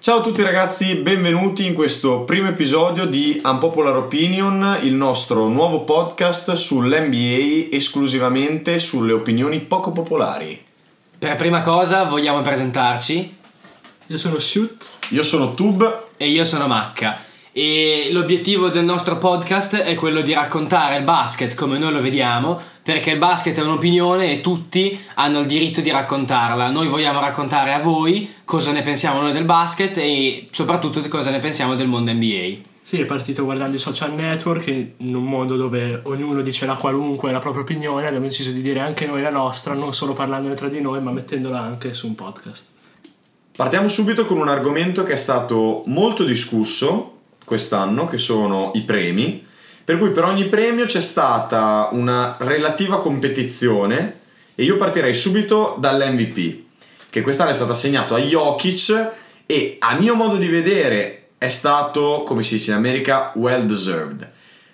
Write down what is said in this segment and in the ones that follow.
Ciao a tutti ragazzi, benvenuti in questo primo episodio di Unpopular Opinion, il nostro nuovo podcast sull'NBA, esclusivamente sulle opinioni poco popolari. Per prima cosa vogliamo presentarci. Io sono Shoot. Io sono Tub. E io sono Macca. E l'obiettivo del nostro podcast è quello di raccontare il basket come noi lo vediamo, perché il basket è un'opinione e tutti hanno il diritto di raccontarla. Noi vogliamo raccontare a voi cosa ne pensiamo noi del basket e soprattutto di cosa ne pensiamo del mondo NBA. Sì, è partito guardando i social network e in un mondo dove ognuno dice la qualunque, la propria opinione, abbiamo deciso di dire anche noi la nostra, non solo parlandone tra di noi ma mettendola anche su un podcast. Partiamo subito con un argomento che è stato molto discusso quest'anno, che sono i premi, per cui per ogni premio c'è stata una relativa competizione e io partirei subito dall'MVP, che quest'anno è stato assegnato a Jokic e a mio modo di vedere è stato, come si dice in America, well deserved,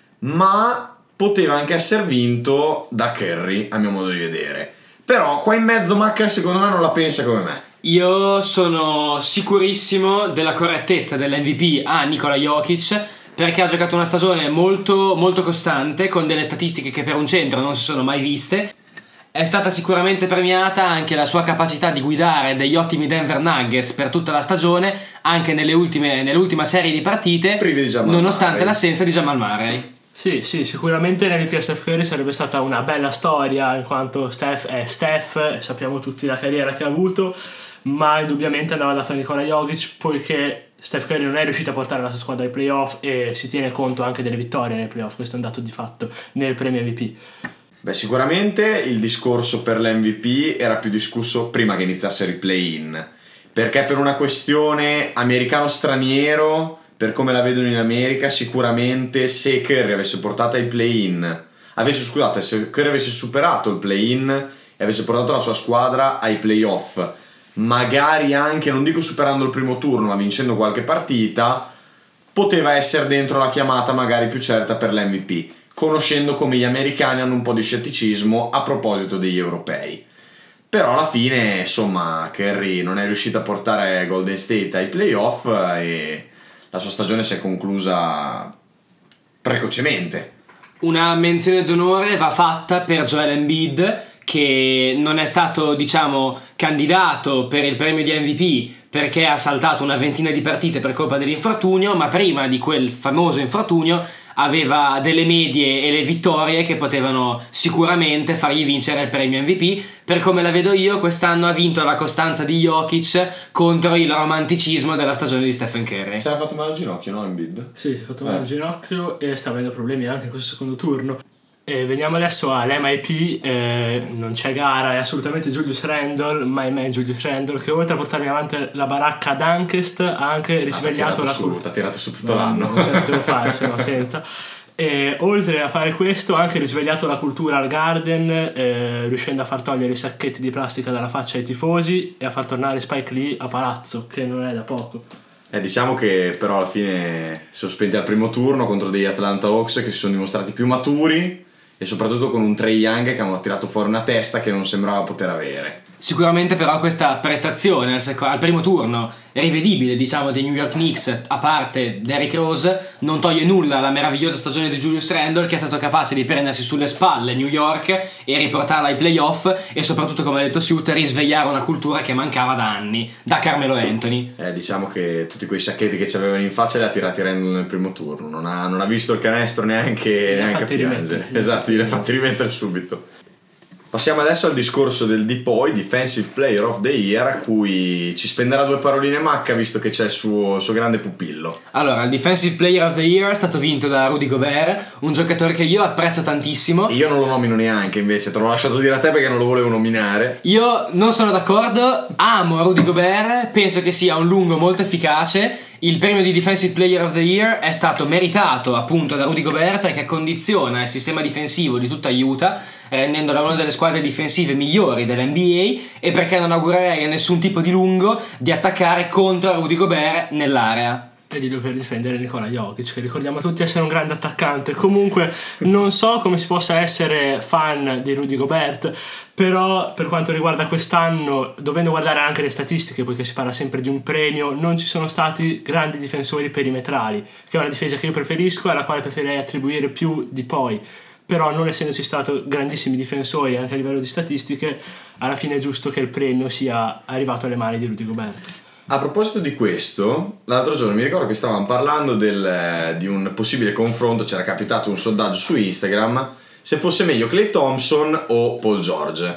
ma poteva anche essere vinto da Curry a mio modo di vedere. Però qua in mezzo Macca secondo me non la pensa come me. Io sono sicurissimo della correttezza dell'MVP a Nikola Jokic, perché ha giocato una stagione molto, molto costante, con delle statistiche che per un centro non si sono mai viste. È stata sicuramente premiata anche la sua capacità di guidare degli ottimi Denver Nuggets per tutta la stagione, anche nell'ultima serie di partite, nonostante l'assenza di Jamal Murray. Sì, sicuramente l'MVP a Steph Curry sarebbe stata una bella storia, in quanto Steph è Steph, sappiamo tutti la carriera che ha avuto, ma indubbiamente andava dato a Nikola Jokic, poiché Steph Curry non è riuscito a portare la sua squadra ai playoff e si tiene conto anche delle vittorie nei playoff. Questo è un dato di fatto nel premio MVP. Beh, sicuramente il discorso per l'MVP era più discusso prima che iniziassero i play-in, perché per una questione americano-straniero, per come la vedono in America, sicuramente se Curry avesse portato ai play-in, se Curry avesse superato il play-in e avesse portato la sua squadra ai playoff, magari anche, non dico superando il primo turno, ma vincendo qualche partita, poteva essere dentro la chiamata magari più certa per l'MVP, conoscendo come gli americani hanno un po' di scetticismo a proposito degli europei. Però alla fine, insomma, Curry non è riuscito a portare Golden State ai playoff e la sua stagione si è conclusa precocemente. Una menzione d'onore va fatta per Joel Embiid, che non è stato, candidato per il premio di MVP perché ha saltato una ventina di partite per colpa dell'infortunio, ma prima di quel famoso infortunio aveva delle medie e le vittorie che potevano sicuramente fargli vincere il premio MVP. Per come la vedo io, quest'anno ha vinto la costanza di Jokic contro il romanticismo della stagione di Stephen Curry. Si era fatto male al ginocchio, no, Embiid? Sì, si è fatto male al ginocchio e sta avendo problemi anche in questo secondo turno. E veniamo adesso all'MIP, non c'è gara, è assolutamente Julius Randle, mai Julius Randle, che oltre a portarmi avanti la baracca ad Ankest ha anche risvegliato la cultura. T'ha tirato su tutto l'anno. Non certo devo fare, se no senza. E oltre a fare questo ha anche risvegliato la cultura al Garden, riuscendo a far togliere i sacchetti di plastica dalla faccia ai tifosi e a far tornare Spike Lee a palazzo, che non è da poco. Diciamo che però alla fine sospende al primo turno contro degli Atlanta Hawks che si sono dimostrati più maturi e soprattutto con un Trae Young che hanno tirato fuori una testa che non sembrava poter avere. Sicuramente però questa prestazione al primo turno rivedibile dei New York Knicks, a parte Derrick Rose, non toglie nulla alla meravigliosa stagione di Julius Randle, che è stato capace di prendersi sulle spalle New York e riportarla ai playoff e soprattutto, come ha detto Siut, risvegliare una cultura che mancava da anni, da Carmelo Anthony. Diciamo che tutti quei sacchetti che ci avevano in faccia li ha tirati Randle nel primo turno, non ha visto il canestro neanche a piangere. Esatto, li ha fatti rimettere subito. Passiamo adesso al discorso del DPOY, Defensive Player of the Year, a cui ci spenderà due paroline Macca, visto che c'è il suo grande pupillo. Allora, il Defensive Player of the Year è stato vinto da Rudy Gobert, un giocatore che io apprezzo tantissimo. Io non lo nomino neanche, invece, te l'ho lasciato dire a te perché non lo volevo nominare. Io non sono d'accordo, amo Rudy Gobert, penso che sia un lungo molto efficace. Il premio di Defensive Player of the Year è stato meritato appunto da Rudy Gobert perché condiziona il sistema difensivo di tutta Utah, rendendola una delle squadre difensive migliori dell'NBA, e perché non augurerei a nessun tipo di lungo di attaccare contro Rudy Gobert nell'area. e di dover difendere Nikola Jokic, che ricordiamo a tutti essere un grande attaccante. Comunque non so come si possa essere fan di Rudy Gobert, però per quanto riguarda quest'anno, dovendo guardare anche le statistiche, poiché si parla sempre di un premio, non ci sono stati grandi difensori perimetrali, che è una difesa che io preferisco e alla quale preferirei attribuire più di poi. Però non essendoci stato grandissimi difensori anche a livello di statistiche, alla fine è giusto che il premio sia arrivato alle mani di Rudy Gobert. A proposito di questo, l'altro giorno mi ricordo che stavamo parlando di un possibile confronto, c'era capitato un sondaggio su Instagram, se fosse meglio Klay Thompson o Paul George.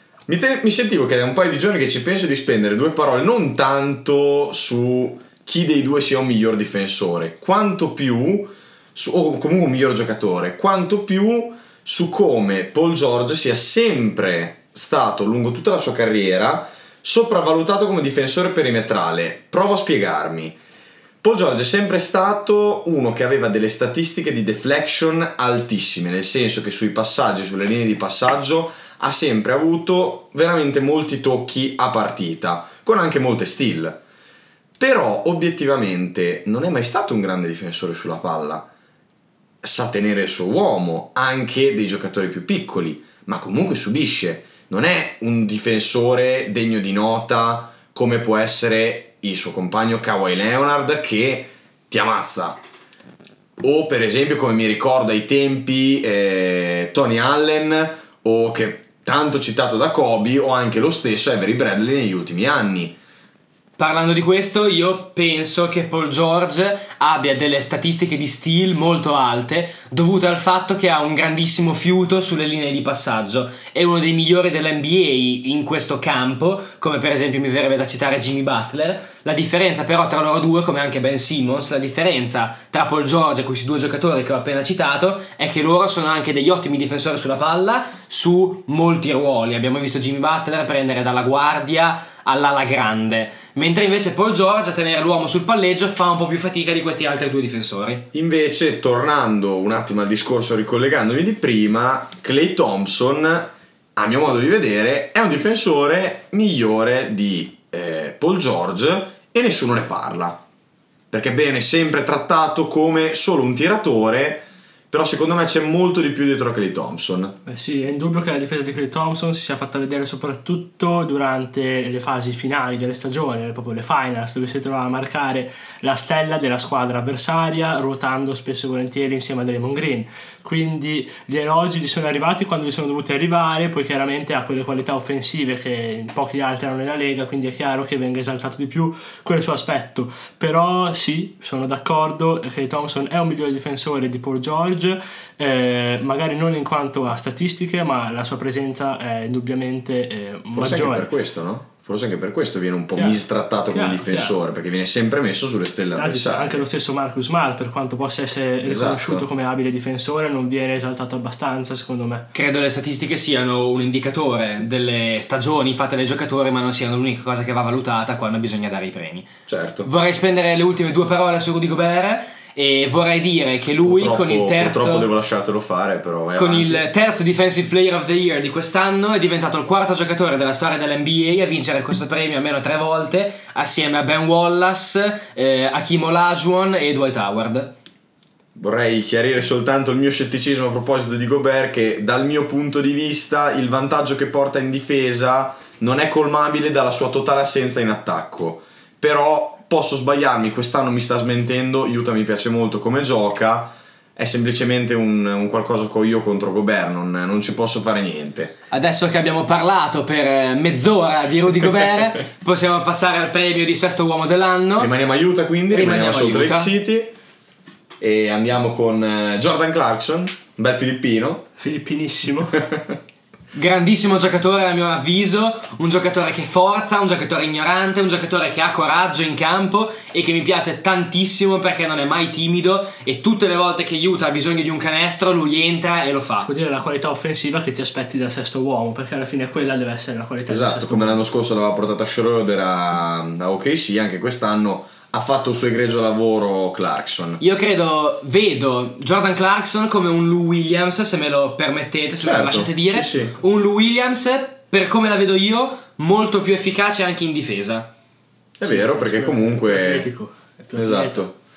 Mi sentivo che è un paio di giorni che ci penso di spendere due parole non tanto su chi dei due sia un miglior difensore, quanto più o comunque un miglior giocatore, quanto più su come Paul George sia sempre stato lungo tutta la sua carriera sopravvalutato come difensore perimetrale. Provo a spiegarmi. Paul George è sempre stato uno che aveva delle statistiche di deflection altissime, nel senso che sui passaggi, sulle linee di passaggio ha sempre avuto veramente molti tocchi a partita, con anche molte steal. Però obiettivamente non è mai stato un grande difensore sulla palla. Sa tenere il suo uomo, anche dei giocatori più piccoli, ma comunque subisce. Non è un difensore degno di nota come può essere il suo compagno Kawhi Leonard, che ti ammazza, o per esempio come mi ricordo ai tempi Tony Allen, o che tanto citato da Kobe, o anche lo stesso Avery Bradley negli ultimi anni. Parlando di questo, io penso che Paul George abbia delle statistiche di steal molto alte, dovute al fatto che ha un grandissimo fiuto sulle linee di passaggio. È uno dei migliori dell'NBA in questo campo, come per esempio mi verrebbe da citare Jimmy Butler. La differenza però tra loro due, come anche Ben Simmons, la differenza tra Paul George e questi due giocatori che ho appena citato è che loro sono anche degli ottimi difensori sulla palla su molti ruoli. Abbiamo visto Jimmy Butler prendere dalla guardia all'ala grande, mentre invece Paul George a tenere l'uomo sul palleggio fa un po' più fatica di questi altri due difensori. Invece, tornando un attimo al discorso, ricollegandomi di prima, Klay Thompson, a mio modo di vedere, è un difensore migliore di Paul George e nessuno ne parla, perché viene sempre trattato come solo un tiratore, però secondo me c'è molto di più dietro a Klay Thompson. Sì, è indubbio che la difesa di Klay Thompson si sia fatta vedere soprattutto durante le fasi finali delle stagioni, proprio le finals, dove si trovava a marcare la stella della squadra avversaria, ruotando spesso e volentieri insieme a Draymond Green. Quindi gli elogi gli sono arrivati quando gli sono dovuti arrivare, poi chiaramente ha quelle qualità offensive che pochi altri hanno nella Lega, quindi è chiaro che venga esaltato di più quel suo aspetto. Però sì, sono d'accordo, Klay Thompson è un migliore difensore di Paul George, magari non in quanto a statistiche, ma la sua presenza è indubbiamente forse maggiore. Anche per questo, no? Forse anche per questo viene un po' mistrattato come difensore, perché viene sempre messo sulle stelle avversarie. Anche lo stesso Marcus Smart, per quanto possa essere riconosciuto come abile difensore, non viene esaltato abbastanza, secondo me. Credo le statistiche siano un indicatore delle stagioni fatte dai giocatori, ma non siano l'unica cosa che va valutata quando bisogna dare i premi. Certo. Vorrei spendere le ultime due parole su Rudy Gobert e vorrei dire che lui con il terzo, purtroppo devo lasciartelo fare, però vai con avanti. il terzo Defensive Player of the Year di quest'anno è diventato il quarto giocatore della storia dell'NBA a vincere questo premio almeno 3 volte, assieme a Ben Wallace, Hakeem Olajuwon e Dwight Howard. Vorrei chiarire soltanto il mio scetticismo a proposito di Gobert, che dal mio punto di vista il vantaggio che porta in difesa non è colmabile dalla sua totale assenza in attacco. Però posso sbagliarmi, quest'anno mi sta smentendo, Utah mi piace molto come gioca, è semplicemente un qualcosa che ho io contro Gobert, non ci posso fare niente. Adesso che abbiamo parlato per mezz'ora di Rudy Gobert possiamo passare al premio di sesto uomo dell'anno. Rimaniamo a Utah, quindi rimaniamo a Salt Lake City e andiamo con Jordan Clarkson, un bel filippino. Filippinissimo. Grandissimo giocatore a mio avviso, un giocatore che forza, un giocatore ignorante, un giocatore che ha coraggio in campo e che mi piace tantissimo perché non è mai timido e tutte le volte che Utah ha bisogno di un canestro lui entra e lo fa. Può dire la qualità offensiva che ti aspetti dal sesto uomo, perché alla fine quella deve essere la qualità del sesto come uomo. l'anno scorso l'aveva portata Schroeder a OKC, anche quest'anno ha fatto il suo egregio lavoro Clarkson. Io vedo Jordan Clarkson come un Lou Williams, se me lo permettete, se me lo lasciate dire. Sì. Un Lou Williams, per come la vedo io, molto più efficace anche in difesa. È vero, perché comunque è più atletico. Esatto.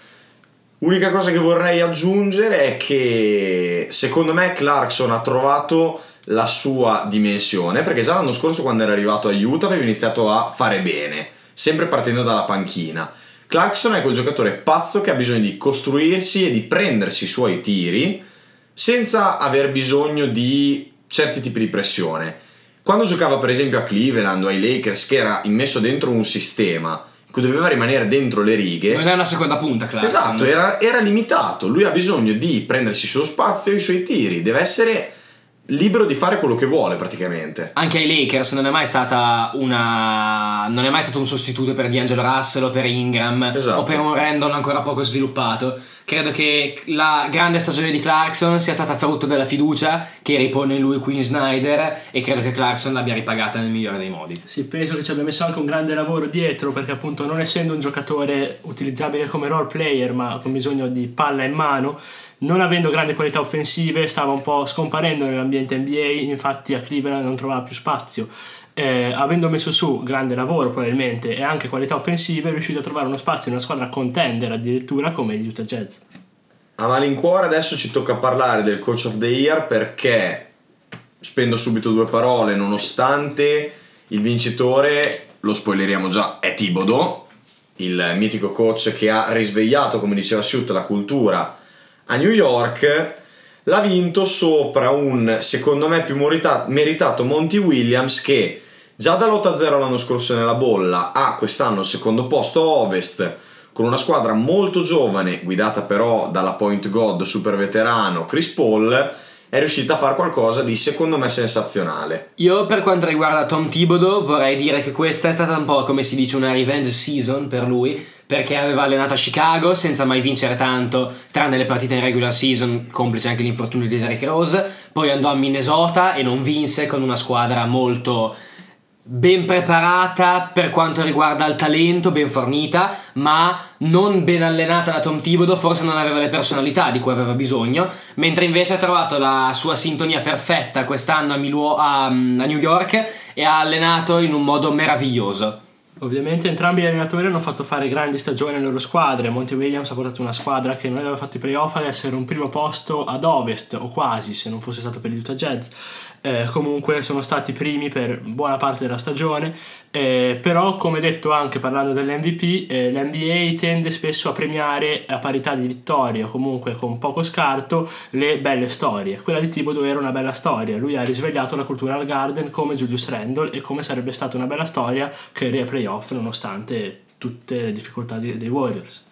Unica cosa che vorrei aggiungere è che secondo me Clarkson ha trovato la sua dimensione, perché già l'anno scorso quando era arrivato a Utah aveva iniziato a fare bene, sempre partendo dalla panchina. Clarkson è quel giocatore pazzo che ha bisogno di costruirsi e di prendersi i suoi tiri senza aver bisogno di certi tipi di pressione. Quando giocava per esempio a Cleveland o ai Lakers, che era immesso dentro un sistema che doveva rimanere dentro le righe, non è una seconda punta, Clarkson. Esatto, era limitato. Lui ha bisogno di prendersi il suo spazio e i suoi tiri, deve essere libero di fare quello che vuole praticamente. Anche ai Lakers non è mai stato un sostituto per D'Angelo Russell o per Ingram, esatto, o per un Randall ancora poco sviluppato. Credo che la grande stagione di Clarkson sia stata frutto della fiducia che ripone in lui Quinn Snyder, e credo che Clarkson l'abbia ripagata nel migliore dei modi. Sì, penso che ci abbia messo anche un grande lavoro dietro, perché appunto non essendo un giocatore utilizzabile come role player ma con bisogno di palla in mano, non avendo grandi qualità offensive, stava un po' scomparendo nell'ambiente NBA. Infatti a Cleveland non trovava più spazio. Avendo messo su grande lavoro probabilmente e anche qualità offensive, è riuscito a trovare uno spazio in una squadra contender addirittura come gli Utah Jazz. A malincuore adesso ci tocca parlare del Coach of the Year, perché spendo subito due parole. Nonostante il vincitore, lo spoileriamo già, è Thibodeau, il mitico coach che ha risvegliato, come diceva Siut, la cultura a New York, l'ha vinto sopra un, secondo me, più meritato Monty Williams, che già dall'8-0 l'anno scorso nella bolla ha quest'anno il secondo posto a Ovest, con una squadra molto giovane guidata però dalla point guard super veterano Chris Paul. È riuscita a fare qualcosa di, secondo me, sensazionale. Io, per quanto riguarda Tom Thibodeau, vorrei dire che questa è stata un po', come si dice, una revenge season per lui, perché aveva allenato a Chicago senza mai vincere tanto, tranne le partite in regular season, complice anche l'infortunio di Derrick Rose. Poi andò a Minnesota e non vinse, con una squadra molto ben preparata per quanto riguarda il talento, ben fornita, ma non ben allenata da Tom Thibodeau. Forse non aveva le personalità di cui aveva bisogno, mentre invece ha trovato la sua sintonia perfetta quest'anno a New York e ha allenato in un modo meraviglioso. Ovviamente entrambi gli allenatori hanno fatto fare grandi stagioni alle loro squadre. Monty Williams ha portato una squadra che non aveva fatto i playoff ad essere un primo posto ad Ovest, o quasi, se non fosse stato per gli Utah Jazz. Comunque sono stati primi per buona parte della stagione, però, come detto anche parlando dell'MVP, l'NBA tende spesso a premiare a parità di vittorie o comunque con poco scarto le belle storie. Quella di Thibodeau era una bella storia. Lui ha risvegliato la cultura al Garden come Julius Randle, e come sarebbe stata una bella storia career ai playoff nonostante tutte le difficoltà dei Warriors.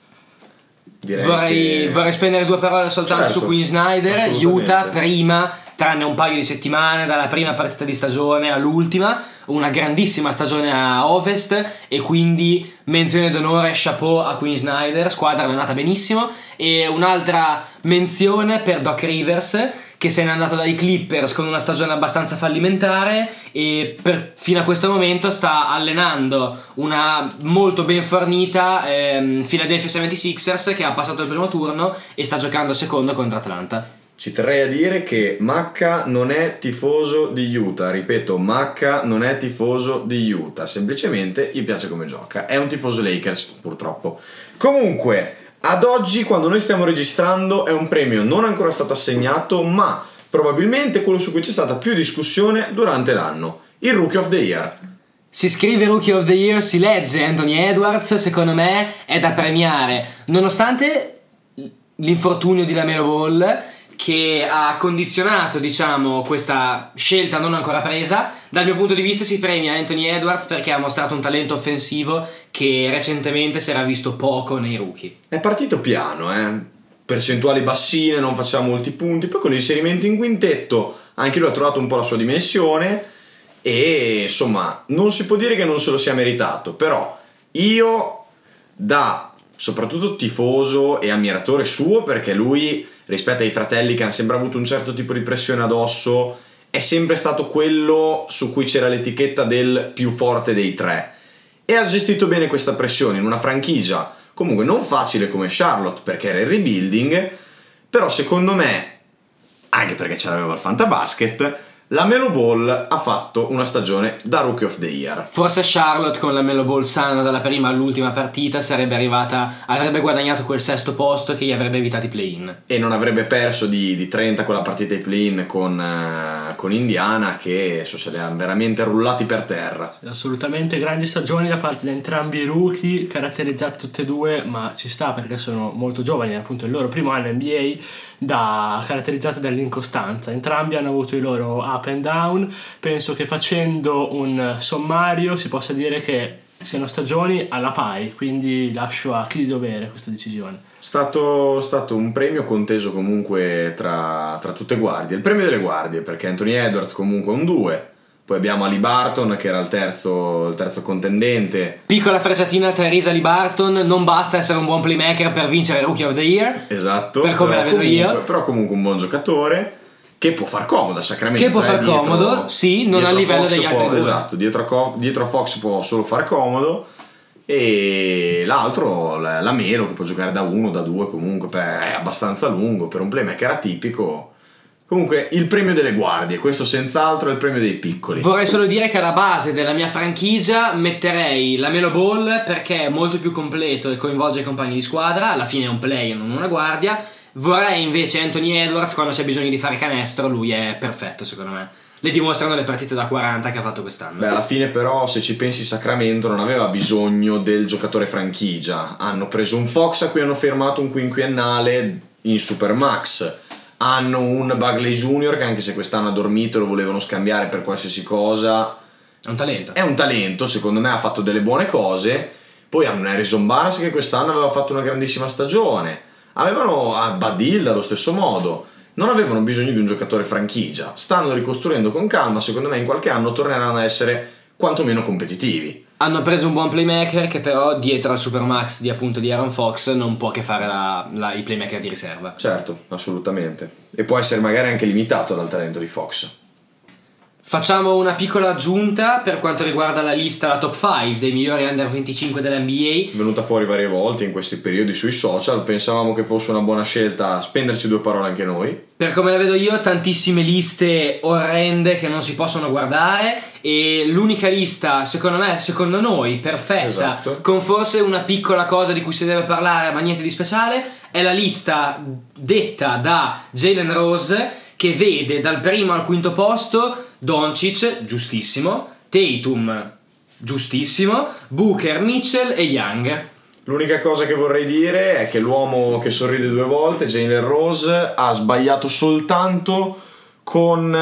Vorrei spendere due parole soltanto su Quinn Snyder. Utah prima, tranne un paio di settimane, dalla prima partita di stagione all'ultima, una grandissima stagione a Ovest, e quindi menzione d'onore, chapeau a Quinn Snyder, squadra allenata benissimo. E un'altra menzione per Doc Rivers, che se n'è andato dai Clippers con una stagione abbastanza fallimentare e fino a questo momento sta allenando una molto ben fornita Philadelphia 76ers, che ha passato il primo turno e sta giocando secondo contro Atlanta. Ci terrei a dire che Macca non è tifoso di Utah, ripeto, Macca non è tifoso di Utah, semplicemente gli piace come gioca, è un tifoso Lakers purtroppo. Comunque, ad oggi, quando noi stiamo registrando, è un premio non ancora stato assegnato, ma probabilmente quello su cui c'è stata più discussione durante l'anno, il Rookie of the Year. Si scrive Rookie of the Year, si legge Anthony Edwards. Secondo me è da premiare, nonostante l'infortunio di LaMelo Ball, che ha condizionato, diciamo, questa scelta non ancora presa. Dal mio punto di vista si premia Anthony Edwards perché ha mostrato un talento offensivo che recentemente si era visto poco nei rookie. È partito piano, percentuali bassine, non faceva molti punti, poi con l'inserimento in quintetto anche lui ha trovato un po' la sua dimensione e insomma non si può dire che non se lo sia meritato, però io, da soprattutto tifoso e ammiratore suo, perché lui, rispetto ai fratelli che hanno sempre avuto un certo tipo di pressione addosso, è sempre stato quello su cui c'era l'etichetta del più forte dei tre, e ha gestito bene questa pressione in una franchigia comunque non facile come Charlotte, perché era il rebuilding. Però secondo me, anche perché ce l'aveva il Fantabasket, La Melo Ball ha fatto una stagione da Rookie of the Year. Forse Charlotte con la Melo Ball sana dalla prima all'ultima partita avrebbe guadagnato quel sesto posto che gli avrebbe evitato i play-in. E non avrebbe perso di 30 quella partita ai play-in con Indiana, che li ha veramente rullati per terra. Assolutamente grandi stagioni da parte di entrambi i rookie, caratterizzati tutti e due, ma ci sta perché sono molto giovani, appunto il loro primo anno NBA, caratterizzati dall'incostanza. Entrambi hanno avuto i loro up and down. Penso che facendo un sommario si possa dire che siano stagioni alla pari, quindi lascio a chi di dovere questa decisione. Stato un premio conteso comunque tra tutte guardie, il premio delle guardie, perché Anthony Edwards comunque un 2, poi abbiamo Ali Barton che era il terzo contendente. Piccola frecciatina a Tyrese Haliburton: non basta essere un buon playmaker per vincere Rookie of the Year. Esatto, per come la vedo io. Però comunque un buon giocatore che può far comodo a Sacramento. Che può far comodo, sì, non a livello degli altri due. Esatto, dietro a Fox può solo far comodo. E l'altro, la Melo, che può giocare da 1, da 2, comunque è abbastanza lungo per un playmaker atipico. Comunque il premio delle guardie, questo senz'altro è il premio dei piccoli. Vorrei solo dire che alla base della mia franchigia metterei la Melo Ball perché è molto più completo e coinvolge i compagni di squadra, alla fine è un player, non una guardia. Vorrei invece Anthony Edwards, quando c'è bisogno di fare canestro lui è perfetto secondo me. Le dimostrano le partite da 40 che ha fatto quest'anno. Beh, alla fine però, se ci pensi, Sacramento non aveva bisogno del giocatore franchigia. Hanno preso un Fox a cui hanno firmato un quinquennale in Supermax. Hanno un Bagley Jr. che, anche se quest'anno ha dormito, lo volevano scambiare per qualsiasi cosa. È un talento. È un talento, secondo me ha fatto delle buone cose. Poi hanno un Harrison Barnes che quest'anno aveva fatto una grandissima stagione. Avevano a Badil allo stesso modo. Non avevano bisogno di un giocatore franchigia. Stanno ricostruendo con calma. Secondo me in qualche anno torneranno a essere quantomeno competitivi. Hanno preso un buon playmaker che però dietro al Supermax di Aaron Fox non può che fare i playmaker di riserva. Certo, assolutamente. E può essere magari anche limitato dal talento di Fox. Facciamo una piccola aggiunta per quanto riguarda la top 5 dei migliori under 25 dell'NBA. Venuta fuori varie volte in questi periodi sui social. Pensavamo che fosse una buona scelta spenderci 2 parole anche noi. Per come la vedo io, tantissime liste orrende che non si possono guardare, e l'unica lista secondo noi perfetta, esatto, con forse una piccola cosa di cui si deve parlare ma niente di speciale, è la lista detta da Jalen Rose, che vede dal primo al quinto posto Doncic, giustissimo, Tatum, giustissimo, Booker, Mitchell e Young. L'unica cosa che vorrei dire è che l'uomo che sorride 2 volte, Jalen Rose, ha sbagliato soltanto con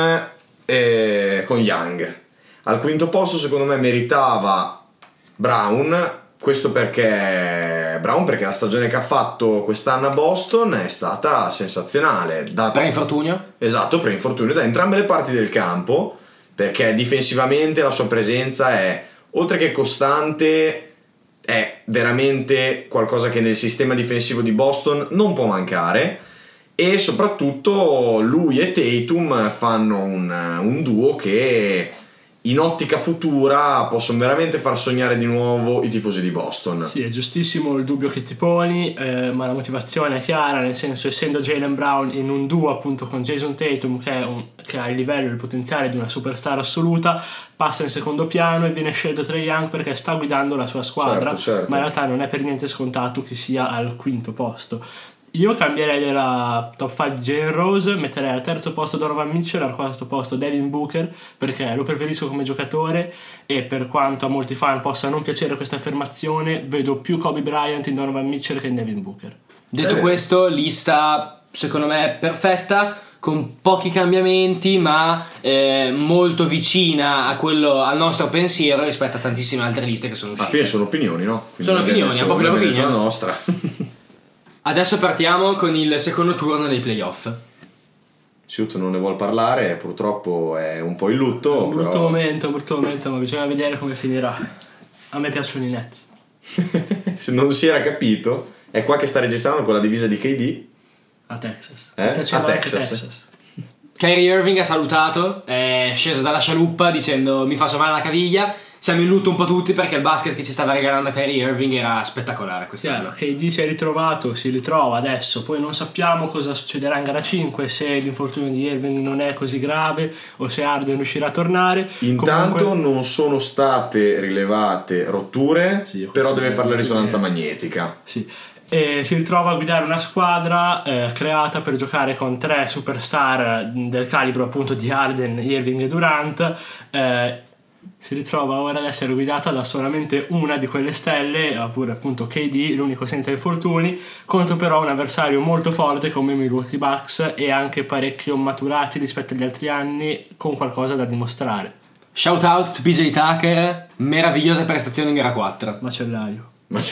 Young. Al quinto posto secondo me meritava Brown. Questo perché la stagione che ha fatto quest'anno a Boston è stata sensazionale. Pre-infortunio? Esatto, pre-infortunio da entrambe le parti del campo, perché difensivamente la sua presenza è, oltre che costante, è veramente qualcosa che nel sistema difensivo di Boston non può mancare. E soprattutto lui e Tatum fanno un duo che in ottica futura possono veramente far sognare di nuovo i tifosi di Boston. Sì, è giustissimo il dubbio che ti poni, ma la motivazione è chiara, nel senso, essendo Jaylen Brown in un duo appunto con Jason Tatum, che ha il livello e il potenziale di una superstar assoluta, passa in secondo piano e viene scelto Trae Young perché sta guidando la sua squadra. Certo. Ma in realtà non è per niente scontato che sia al quinto posto. Io cambierei della top 5 di Jalen Rose, metterei al terzo posto Donovan Mitchell, al quarto posto Devin Booker, perché lo preferisco come giocatore, e per quanto a molti fan possa non piacere questa affermazione, vedo più Kobe Bryant in Donovan Mitchell che in Devin Booker. Detto questo, lista secondo me perfetta, con pochi cambiamenti, ma molto vicina al nostro pensiero rispetto a tantissime altre liste che sono uscite. Alla fine sono opinioni, no? Quindi sono opinioni, è proprio l'opinione. La nostra. Adesso partiamo con il secondo turno dei playoff. Shoot non ne vuol parlare, purtroppo è un po' in lutto. Un brutto momento, ma bisogna vedere come finirà. A me piacciono i Nets. Se non si era capito, è qua che sta registrando con la divisa di KD. A Texas. A Texas. Kyrie Irving ha salutato, è sceso dalla scialuppa dicendo mi faccio male alla caviglia, siamo in lutto un po' tutti perché il basket che ci stava regalando Kyrie Irving era spettacolare quest'anno. KD si è ritrovato, si ritrova adesso, poi non sappiamo cosa succederà in gara 5, se l'infortunio di Irving non è così grave o se Harden riuscirà a tornare. Intanto Comunque, non sono state rilevate rotture, Sì, però deve sì, fare la risonanza sì. magnetica. sì. E si ritrova a guidare una squadra creata per giocare con 3 superstar del calibro appunto di Harden, Irving e Durant. Si ritrova ora ad essere guidata da solamente una di quelle stelle, oppure appunto KD, l'unico senza infortuni, contro però un avversario molto forte come Milwaukee Bucks e anche parecchio maturati rispetto agli altri anni, con qualcosa da dimostrare. Shout out to PJ Tucker, meravigliosa prestazione in gara 4. Macellaio.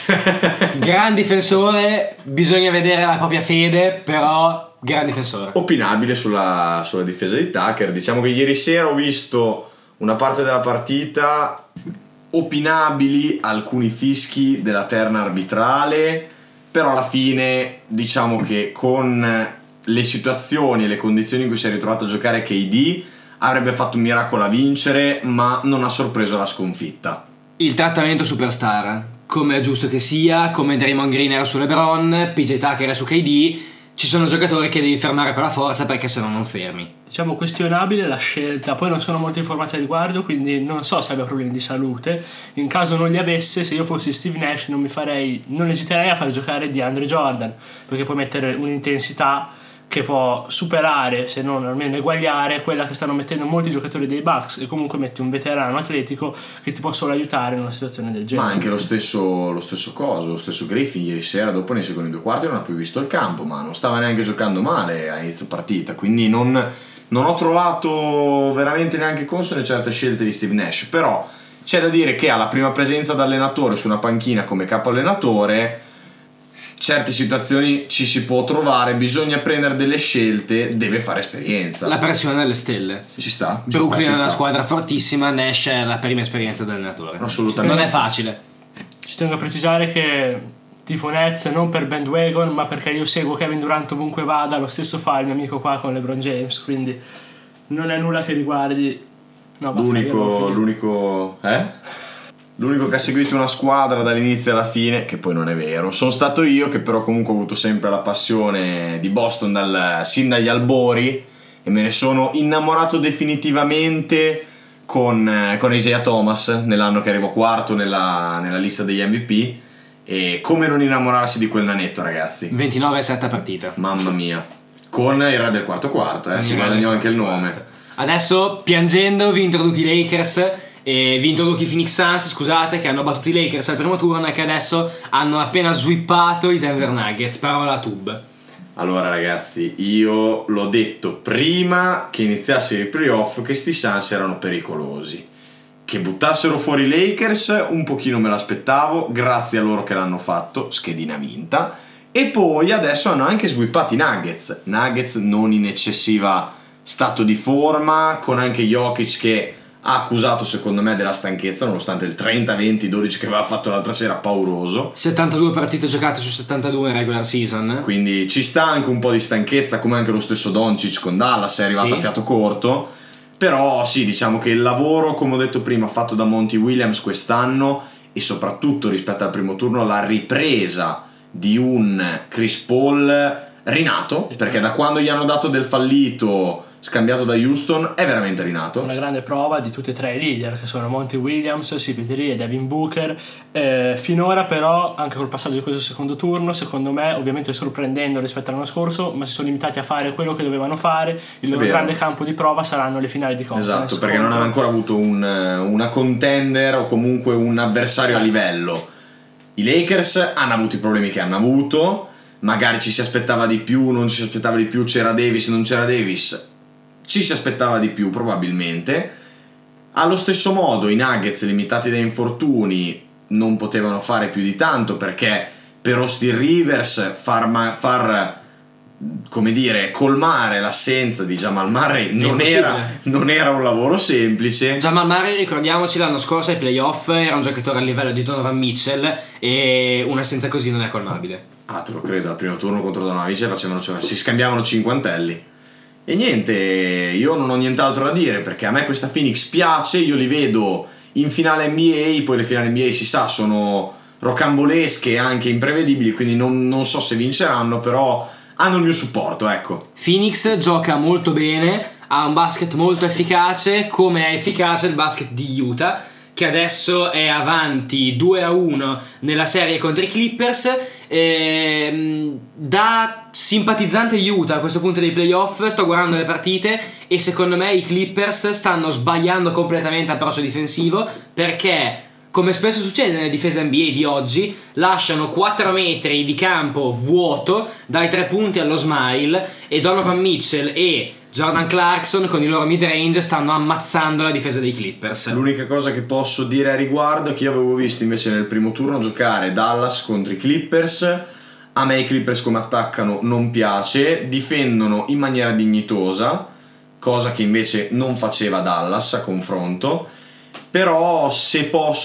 Gran difensore, bisogna vedere la propria fede, però gran difensore. Opinabile sulla difesa di Tucker. Diciamo che ieri sera ho visto una parte della partita, opinabili alcuni fischi della terna arbitrale, però alla fine diciamo che con le situazioni e le condizioni in cui si è ritrovato a giocare KD avrebbe fatto un miracolo a vincere, ma non ha sorpreso la sconfitta. Il trattamento superstar, come è giusto che sia, come Draymond Green era su LeBron, PJ Tucker era su KD, ci sono giocatori che devi fermare con la forza perché se no non fermi. Diciamo questionabile la scelta, poi non sono molto informati al riguardo, quindi non so se abbia problemi di salute. In caso non li avesse, se io fossi Steve Nash non esiterei a far giocare DeAndre Jordan, perché puoi mettere un'intensità che può superare, se non almeno eguagliare, quella che stanno mettendo molti giocatori dei Bucks, e comunque metti un veterano atletico che ti può solo aiutare in una situazione del genere. Ma anche lo stesso Griffin ieri sera, dopo nei secondi 2 quarti non ha più visto il campo, ma non stava neanche giocando male a inizio partita, quindi non ho trovato veramente neanche consone certe scelte di Steve Nash. Però c'è da dire che alla prima presenza da allenatore su una panchina come capo allenatore, certe situazioni ci si può trovare, bisogna prendere delle scelte, deve fare esperienza. La pressione delle stelle. Ci sta. Brooklyn ci è una sta. squadra fortissima, Nash è la prima esperienza da allenatore. Assolutamente. Non è facile. Ci tengo a precisare che tifo Nets non per bandwagon, ma perché io seguo Kevin Durant ovunque vada, lo stesso fa il mio amico qua con LeBron James, quindi non è nulla che riguardi. No, basta, L'unico che ha seguito una squadra dall'inizio alla fine, che poi non è vero, sono stato io, che però comunque ho avuto sempre la passione di Boston sin dagli albori, e me ne sono innamorato definitivamente con Isaiah Thomas nell'anno che arrivò quarto nella lista degli MVP. E come non innamorarsi di quel nanetto, ragazzi. 29-7 a partita. Mamma mia. Con il re del quarto, si guadagnò anche il nome. Adesso, piangendo, vi introduco i Lakers e vi introduco i Phoenix Suns, scusate, che hanno battuto i Lakers al primo turno e che adesso hanno appena swippato i Denver Nuggets. Parola a Tube. Allora ragazzi, io l'ho detto prima che iniziassero i playoff che sti Suns erano pericolosi. Che buttassero fuori i Lakers un pochino me l'aspettavo, grazie a loro che l'hanno fatto, schedina vinta. E poi adesso hanno anche swippato i Nuggets non in eccessiva stato di forma, con anche Jokic che ha accusato secondo me della stanchezza nonostante il 30-20-12 che aveva fatto l'altra sera, pauroso. 72 partite giocate su 72 in regular season. Quindi ci sta anche un po' di stanchezza, come anche lo stesso Doncic con Dallas è arrivato a fiato corto. Però sì, diciamo che il lavoro, come ho detto prima, fatto da Monty Williams quest'anno, e soprattutto rispetto al primo turno la ripresa di un Chris Paul rinato, perché da quando gli hanno dato del fallito scambiato da Houston è veramente rinato. Una grande prova di tutti e tre i leader, che sono Monty Williams, CP3 e Devin Booker. Finora però, anche col passaggio di questo secondo turno, secondo me, ovviamente sorprendendo rispetto all'anno scorso, ma si sono limitati a fare quello che dovevano fare. Il loro grande campo di prova saranno le finali di conference. Esatto, perché non hanno ancora avuto una contender o comunque un avversario a livello. I Lakers hanno avuto i problemi che hanno avuto, magari ci si aspettava di più, non ci si aspettava di più, c'era Davis, non c'era Davis, ci si aspettava di più probabilmente. Allo stesso modo i Nuggets, limitati da infortuni, non potevano fare più di tanto, perché per Austin Rivers far come dire, colmare l'assenza di Jamal Murray non era un lavoro semplice. Jamal Murray, ricordiamoci, l'anno scorso ai playoff era un giocatore a livello di Donovan Mitchell, e un'assenza così non è colmabile. Ah, te lo credo, al primo turno contro Donovan Mitchell si scambiavano cinquantelli. E niente, io non ho nient'altro da dire, perché a me questa Phoenix piace, io li vedo in finale NBA. Poi le finali NBA si sa sono rocambolesche e anche imprevedibili, quindi non so se vinceranno, però hanno il mio supporto, ecco. Phoenix gioca molto bene, ha un basket molto efficace, come è efficace il basket di Utah, che adesso è avanti 2-1 nella serie contro i Clippers. Da simpatizzante Utah a questo punto dei playoff sto guardando le partite e secondo me i Clippers stanno sbagliando completamente approccio difensivo, perché come spesso succede nelle difese NBA di oggi lasciano 4 metri di campo vuoto dai 3 punti allo smile, e Donovan Mitchell e Jordan Clarkson con i loro mid range stanno ammazzando la difesa dei Clippers. L'unica cosa che posso dire a riguardo è che io avevo visto invece nel primo turno giocare Dallas contro i Clippers. A me i Clippers come attaccano non piace, difendono in maniera dignitosa, cosa che invece non faceva Dallas a confronto. Però se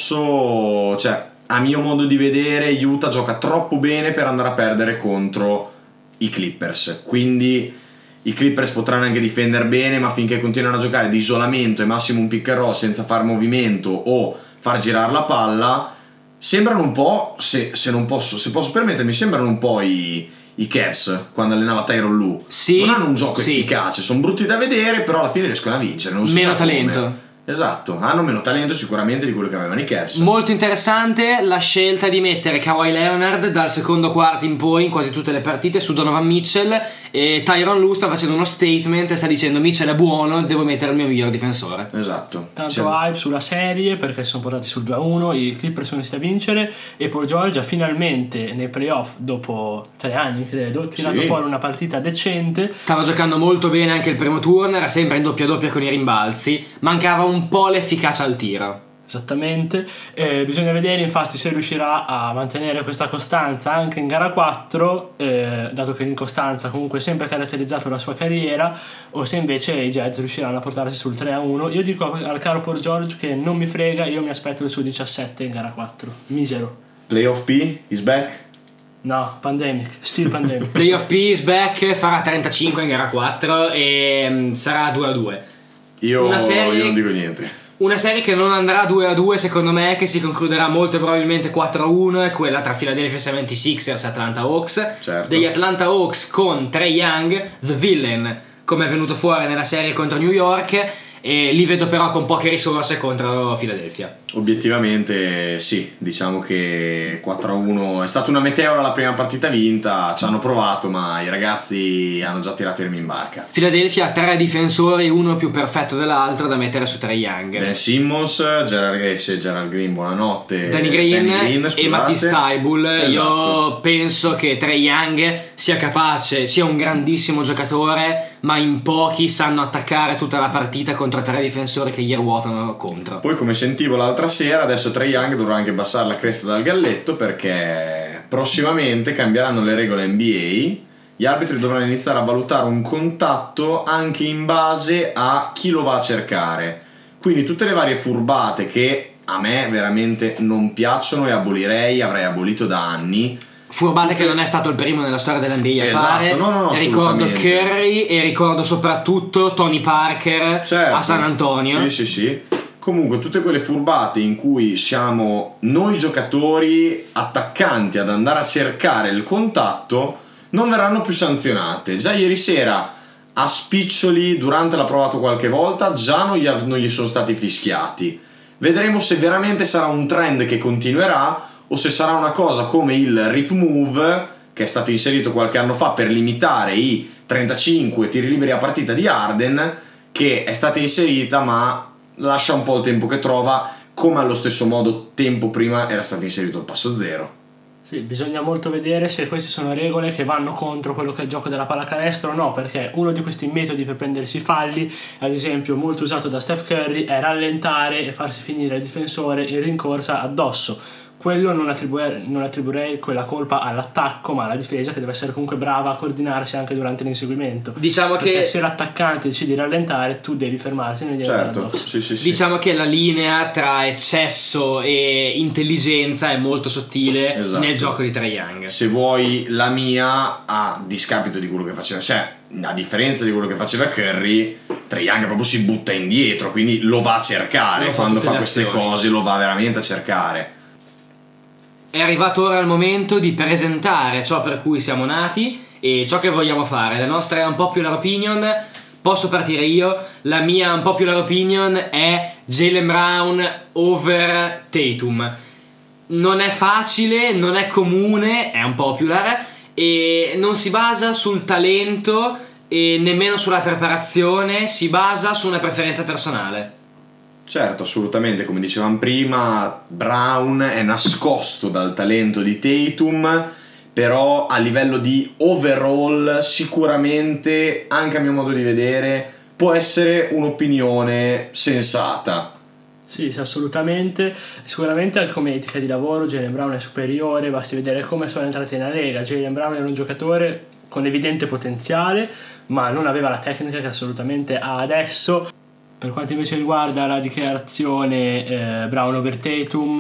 posso, cioè a mio modo di vedere Utah gioca troppo bene per andare a perdere contro i Clippers, quindi i Clippers potranno anche difendere bene, ma finché continuano a giocare di isolamento e massimo un pick and roll senza far movimento o far girare la palla, sembrano un po', se posso permettermi, sembrano un po' i Cavs quando allenava Tyronn Lue. Sì, non hanno un gioco sì. efficace, sono brutti da vedere, però alla fine riescono a vincere, non si Meno sa come. talento. Esatto, hanno meno talento sicuramente di quello che avevano i Cavs. Molto interessante la scelta di mettere Kawhi Leonard dal secondo quarto in poi in quasi tutte le partite su Donovan Mitchell, e Tyronn Lue sta facendo uno statement e sta dicendo Mitchell è buono, devo mettere il mio miglior difensore. Esatto. Tanto hype sulla serie perché sono portati sul 2-1, i Clippers sono riusciti a vincere e Paul George ha finalmente nei playoff dopo 3 anni credo tirato fuori una partita decente. Stava giocando molto bene anche il primo turno, era sempre in doppia con i rimbalzi, mancava un po' l'efficacia al tiro. Esattamente, bisogna vedere infatti se riuscirà a mantenere questa costanza anche in gara 4, dato che l'incostanza comunque ha sempre caratterizzato la sua carriera, o se invece i Jazz riusciranno a portarsi sul 3-1. Io dico al caro Paul George che non mi frega, io mi aspetto il suo 17 in gara 4, misero. Playoff P is back? No, pandemic, still pandemic. Playoff P is back, farà 35 in gara 4 e sarà 2-2. Io non dico niente. Una serie che non andrà 2-2 secondo me, che si concluderà molto probabilmente 4-1, è quella tra Philadelphia 76ers e Atlanta Hawks. Certo. Degli Atlanta Hawks con Trae Young, the villain, come è venuto fuori nella serie contro New York, e li vedo però con poche risorse contro Philadelphia. Obiettivamente sì, diciamo che 4-1 è stata una meteora la prima partita vinta, ci hanno provato ma i ragazzi hanno già tirato i remi in barca. Philadelphia ha 3 difensori, uno più perfetto dell'altro da mettere su Trae Young. Ben Simmons, Gerald Green, buonanotte. Danny Green e Matisse Thybulle. Esatto. Io penso che Trae Young sia capace, sia un grandissimo giocatore, ma in pochi sanno attaccare tutta la partita contro 3 difensori che gli ruotano contro. Poi come sentivo l'altra sera, adesso Trae Young dovrà anche abbassare la cresta dal galletto perché prossimamente cambieranno le regole NBA. Gli arbitri dovranno iniziare a valutare un contatto anche in base a chi lo va a cercare. Quindi tutte le varie furbate che a me veramente non piacciono e avrei abolito da anni. Furbate che non è stato il primo nella storia dell'NBA a Esatto, fare. no, Ricordo Curry e ricordo soprattutto Tony Parker, certo, a San Antonio. Sì. Comunque tutte quelle furbate in cui siamo noi giocatori attaccanti ad andare a cercare il contatto non verranno più sanzionate. Già ieri sera a spiccioli, durante l'ha provato qualche volta, già non gli sono stati fischiati. Vedremo se veramente sarà un trend che continuerà o se sarà una cosa come il rip move che è stato inserito qualche anno fa per limitare i 35 tiri liberi a partita di Harden, che è stata inserita ma lascia un po' il tempo che trova, come allo stesso modo tempo prima era stato inserito il passo zero. Sì, bisogna molto vedere se queste sono regole che vanno contro quello che è il gioco della pallacanestro o no, perché uno di questi metodi per prendersi i falli, ad esempio molto usato da Steph Curry, è rallentare e farsi finire il difensore in rincorsa addosso. Quello non attribuirei quella colpa all'attacco ma alla difesa, che deve essere comunque brava a coordinarsi anche durante l'inseguimento. Diciamo perché che se l'attaccante decide di rallentare tu devi fermarti, non devi andare addosso. Sì. Diciamo che la linea tra eccesso e intelligenza è molto sottile, esatto, nel gioco di Trae Young. Se vuoi la mia, a discapito di quello che faceva, cioè a differenza di quello che faceva Curry, Trae Young proprio si butta indietro, quindi lo va a cercare, quando fa queste cose lo va veramente a cercare. È arrivato ora il momento di presentare ciò per cui siamo nati e ciò che vogliamo fare. La nostra unpopular opinion, posso partire io. La mia unpopular opinion è Jaylen Brown over Tatum. Non è facile, non è comune, è unpopular e non si basa sul talento e nemmeno sulla preparazione, si basa su una preferenza personale. Certo, assolutamente, come dicevamo prima, Brown è nascosto dal talento di Tatum, però a livello di overall sicuramente, anche a mio modo di vedere, può essere un'opinione sensata. Sì, assolutamente. Sicuramente anche come etica di lavoro Jaylen Brown è superiore, basti vedere come sono entrati nella Lega. Jaylen Brown era un giocatore con evidente potenziale, ma non aveva la tecnica che assolutamente ha adesso. Per quanto invece riguarda la dichiarazione Brown over Tatum,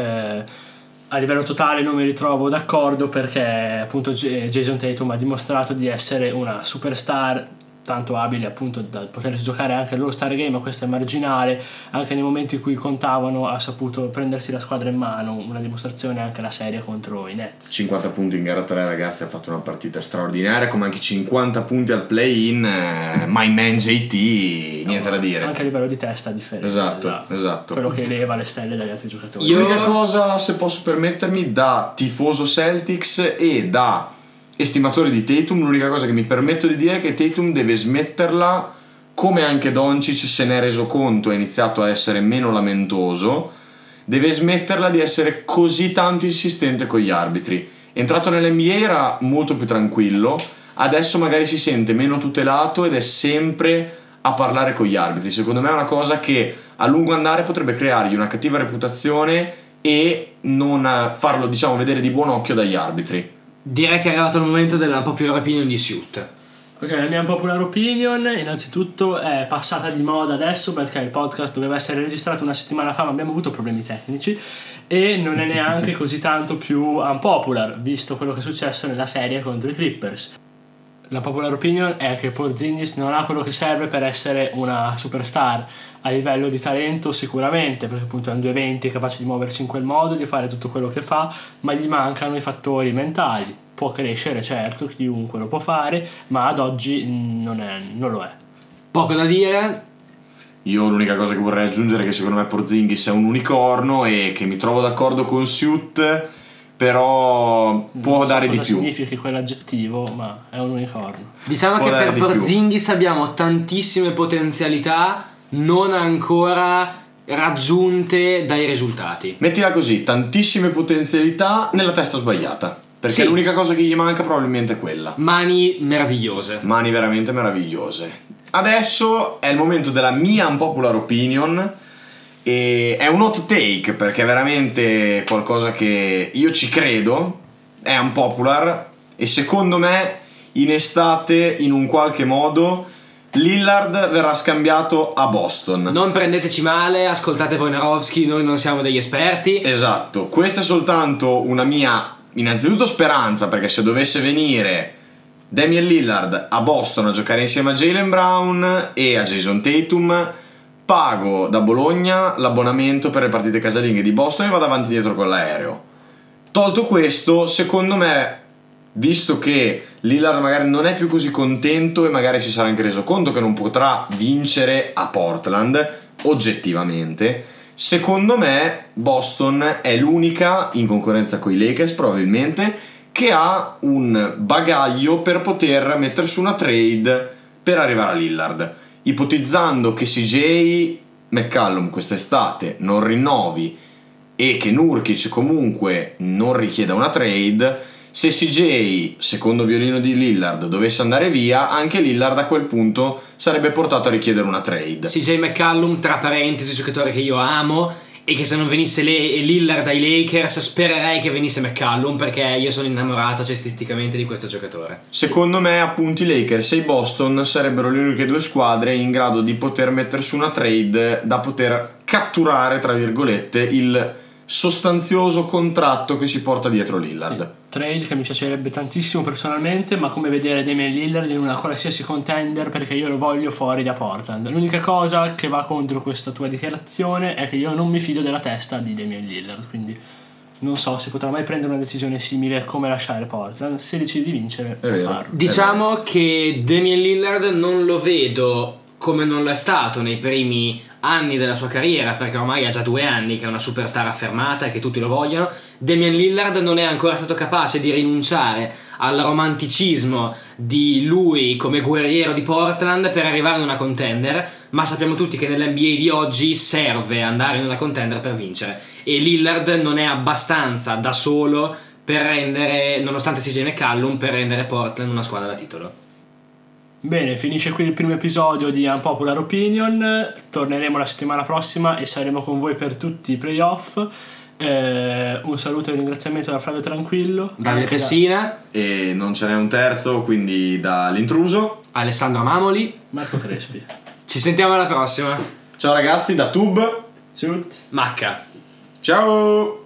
a livello totale non mi ritrovo d'accordo, perché appunto Jason Tatum ha dimostrato di essere una superstar, tanto abile appunto da potersi giocare anche all'All-Star Game, ma questo è marginale. Anche nei momenti in cui contavano ha saputo prendersi la squadra in mano, una dimostrazione anche la serie contro i Nets. 50 punti in gara 3, ragazzi, ha fatto una partita straordinaria, come anche 50 punti al play-in. My man JT, niente da dire. Anche a livello di testa differente. Esatto. Quello che eleva le stelle dagli altri giocatori. L'unica cosa, se posso permettermi, da tifoso Celtics e da estimatore di Tatum, l'unica cosa che mi permetto di dire è che Tatum deve smetterla, come anche Doncic se ne è reso conto, ha iniziato a essere meno lamentoso, deve smetterla di essere così tanto insistente con gli arbitri. Entrato nell'NBA era molto più tranquillo, adesso magari si sente meno tutelato ed è sempre a parlare con gli arbitri. Secondo me è una cosa che a lungo andare potrebbe creargli una cattiva reputazione e non farlo, diciamo, vedere di buon occhio dagli arbitri. Direi che è arrivato il momento della popular opinion di Suit. Ok, la mia unpopular opinion innanzitutto è passata di moda adesso, perché il podcast doveva essere registrato una settimana fa ma abbiamo avuto problemi tecnici, e non è neanche così tanto più unpopular visto quello che è successo nella serie contro i Clippers. La popular opinion è che Porzingis non ha quello che serve per essere una superstar. A livello di talento sicuramente, perché appunto è un 220 capace di muoversi in quel modo, di fare tutto quello che fa, ma gli mancano i fattori mentali. Può crescere, certo, chiunque lo può fare, ma ad oggi non lo è. Poco da dire. Io l'unica cosa che vorrei aggiungere è che secondo me Porzingis è un unicorno e che mi trovo d'accordo con Suit, però può non so dare di cosa più. Significhi quell'aggettivo, ma è un unicorno. Diciamo Può che dare per di più. Porzingis abbiamo tantissime potenzialità non ancora raggiunte dai risultati. Mettila così, tantissime potenzialità nella testa sbagliata, perché Sì. l'unica cosa che gli manca probabilmente è quella. Mani meravigliose. Mani veramente meravigliose. Adesso è il momento della mia unpopular opinion, e è un hot take perché è veramente qualcosa che io ci credo, è unpopular, e secondo me in estate in un qualche modo Lillard verrà scambiato a Boston. Non prendeteci male, ascoltate Wojnarowski, noi non siamo degli esperti. Esatto, questa è soltanto una mia innanzitutto speranza, perché se dovesse venire Damian Lillard a Boston a giocare insieme a Jaylen Brown e a Jason Tatum, pago da Bologna l'abbonamento per le partite casalinghe di Boston e vado avanti e dietro con l'aereo. Tolto questo, secondo me, visto che Lillard magari non è più così contento e magari si sarà anche reso conto che non potrà vincere a Portland oggettivamente, secondo me Boston è l'unica, in concorrenza con i Lakers probabilmente, che ha un bagaglio per poter mettere su una trade per arrivare a Lillard. Ipotizzando che CJ McCollum quest'estate non rinnovi e che Nurkic comunque non richieda una trade, se CJ, secondo violino di Lillard, dovesse andare via, anche Lillard a quel punto sarebbe portato a richiedere una trade. CJ McCollum, tra parentesi, giocatore che io amo, e che se non venisse Lillard ai Lakers spererei che venisse McCollum, perché io sono innamorato cestisticamente di questo giocatore. Secondo me appunto i Lakers e i Boston sarebbero le uniche due squadre in grado di poter mettere su una trade da poter catturare, tra virgolette, il sostanzioso contratto che si porta dietro Lillard. trade che mi piacerebbe tantissimo personalmente, ma come vedere Damian Lillard in una qualsiasi contender, perché io lo voglio fuori da Portland. L'unica cosa che va contro questa tua dichiarazione è che io non mi fido della testa di Damian Lillard, quindi non so se potrà mai prendere una decisione simile come lasciare Portland. Se decide di vincere può farlo. Diciamo che Damian Lillard non lo vedo come non lo è stato nei primi anni della sua carriera, perché ormai ha già 2 anni che è una superstar affermata e che tutti lo vogliono. Damian Lillard non è ancora stato capace di rinunciare al romanticismo di lui come guerriero di Portland per arrivare in una contender, ma sappiamo tutti che nell'NBA di oggi serve andare in una contender per vincere, e Lillard non è abbastanza da solo per rendere, nonostante sia McCallum, per rendere Portland una squadra da titolo. Bene, finisce qui il primo episodio di Unpopular Opinion. Torneremo la settimana prossima e saremo con voi per tutti i playoff. Un saluto e un ringraziamento da Flavio Tranquillo, Davide Pessina, E non ce n'è un terzo, quindi dall'intruso Alessandro Mamoli, Marco Crespi. ci sentiamo alla prossima. ciao ragazzi da Tube, Sut. Macca. ciao.